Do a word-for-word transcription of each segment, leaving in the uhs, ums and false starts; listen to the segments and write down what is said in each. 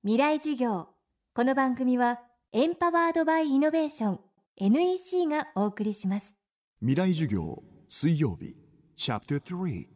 未来授業。この番組はエンパワードバイイノベーション エヌイーシー がお送りします。 未来授業水曜日チャプタースリー。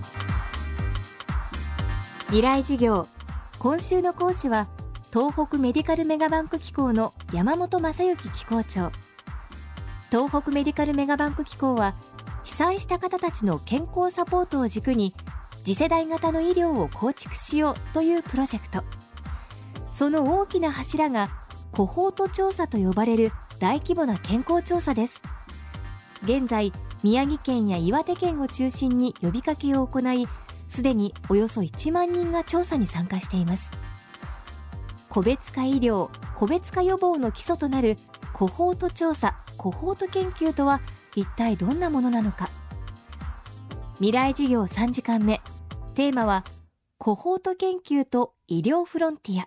未来授業、今週の講師は東北メディカルメガバンク機構の山本正幸機構長。東北メディカルメガバンク機構は被災した方たちの健康サポートを軸に次世代型の医療を構築しようというプロジェクト。その大きな柱がコホート調査と呼ばれる大規模な健康調査です。現在、宮城県や岩手県を中心に呼びかけを行い、すでにおよそいちまんにんが調査に参加しています。個別化医療、個別化予防の基礎となるコホート調査、コホート研究とは一体どんなものなのか。未来授業さんじかんめ、テーマはコホート研究と医療フロンティア。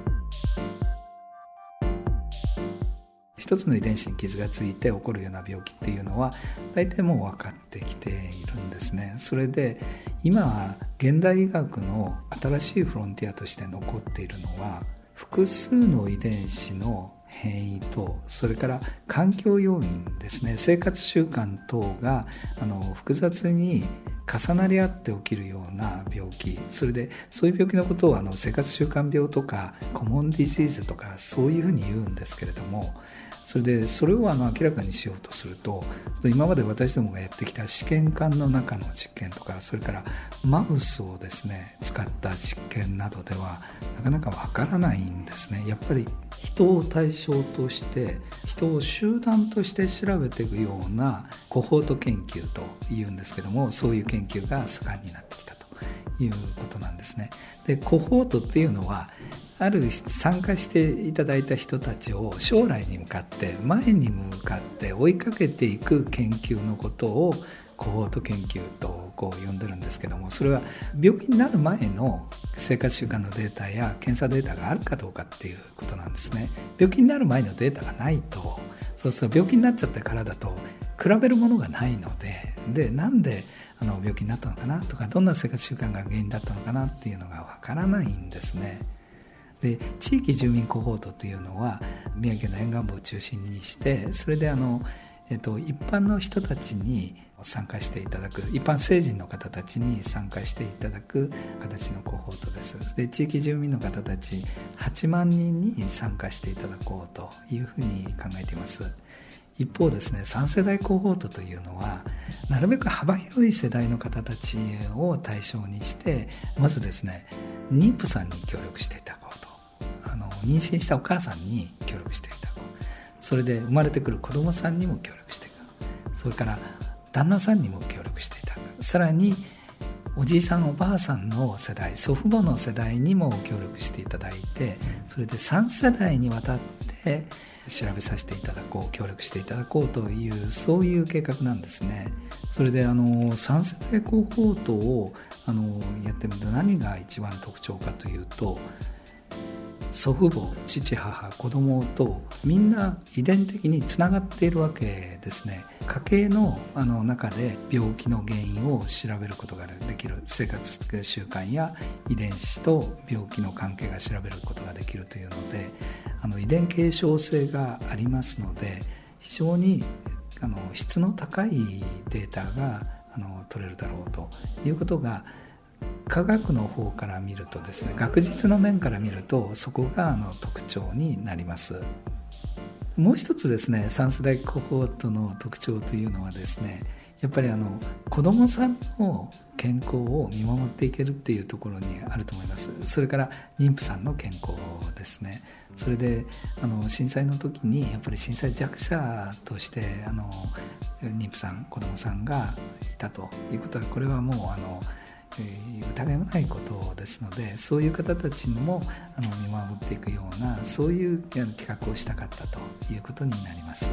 一つの遺伝子に傷がついて起こるような病気っていうのは大体もう分かってきているんですね。それで今は現代医学の新しいフロンティアとして残っているのは、複数の遺伝子の変異と、それから環境要因ですね、生活習慣等があの複雑に重なり合って起きるような病気、それでそういう病気のことをあの生活習慣病とかコモンディジーズとかそういうふうに言うんですけれども、それでそれをあの明らかにしようとすると、今まで私どもがやってきた試験管の中の実験とか、それからマウスをですね使った実験などではなかなかわからないんですね。やっぱり人を対象として人を集団として調べていくようなコホート研究というんですけども、そういう研究が盛んになってきたということなんですね。で、コホートっていうのはある参加していただいた人たちを将来に向かって前に向かって追いかけていく研究のことをコホート研究とこう呼んでるんですけども、それは病気になる前の生活習慣のデータや検査データがあるかどうかっていうことなんですね。病気になる前のデータがないと、そうすると病気になっちゃってからだと比べるものがないので、でなんであの病気になったのかなとか、どんな生活習慣が原因だったのかなっていうのがわからないんですね。で、地域住民コホートというのは宮城県の沿岸部を中心にして、それであの、えっと、一般の人たちに参加していただく、一般成人の方たちに参加していただく形のコホートです。で、地域住民の方たちはちまんにんに参加していただこうというふうに考えています。一方ですね、さん世代コホートというのはなるべく幅広い世代の方たちを対象にして、まずですね、妊婦さんに協力していただこうと、あの妊娠したお母さんに協力していただこう、それで生まれてくる子どもさんにも協力していただく、それから旦那さんにも協力していただく、さらにおじいさんおばあさんの世代、祖父母の世代にも協力していただいて、それでさん世代にわたって調べさせていただこう、協力していただこうという、そういう計画なんですね。それであのさん世代コホートをあのやってみると何が一番特徴かというと、祖父母、父母、子供とみんな遺伝的につながっているわけですね。家系の、あの中で病気の原因を調べることができる、生活習慣や遺伝子と病気の関係が調べることができるというので、あの遺伝継承性がありますので、非常にあの質の高いデータがあの取れるだろうということが、科学の方から見るとですね、学術の面から見るとそこがあの特徴になります。もう一つですね、さん世代コホートの特徴というのはですね、やっぱりあの子どもさんの健康を見守っていけるっていうところにあると思います。それから妊婦さんの健康ですね。それであの震災の時にやっぱり震災弱者としてあの妊婦さん、子どもさんがいたということは、これはもうあの疑いもないことですので、そういう方たちにもあの見守っていくような、そういう企画をしたかったということになります。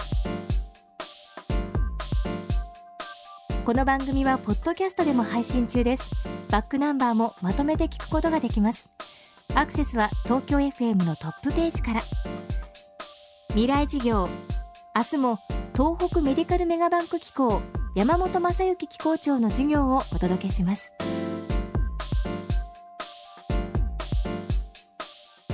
この番組はポッドキャストでも配信中です。バックナンバーもまとめて聞くことができます。アクセスは東京 エフエム のトップページから。未来事業、明日も東北メディカルメガバンク機構山本正幸機構長の授業をお届けします。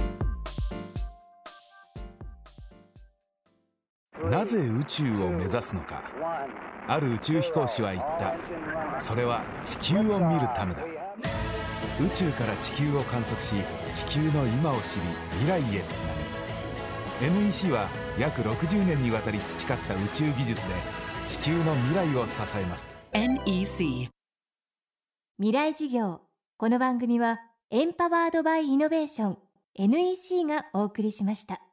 なぜ宇宙を目指すのか。ある宇宙飛行士は言った。それは地球を見るためだ。宇宙から地球を観測し、地球の今を知り未来へつなぐ。 エヌイーシー は約ろくじゅうねんにわたり培った宇宙技術で地球の未来を支えます。 エヌイーシー未来事業。この番組はエンパワードバイイノベーション エヌイーシー がお送りしました。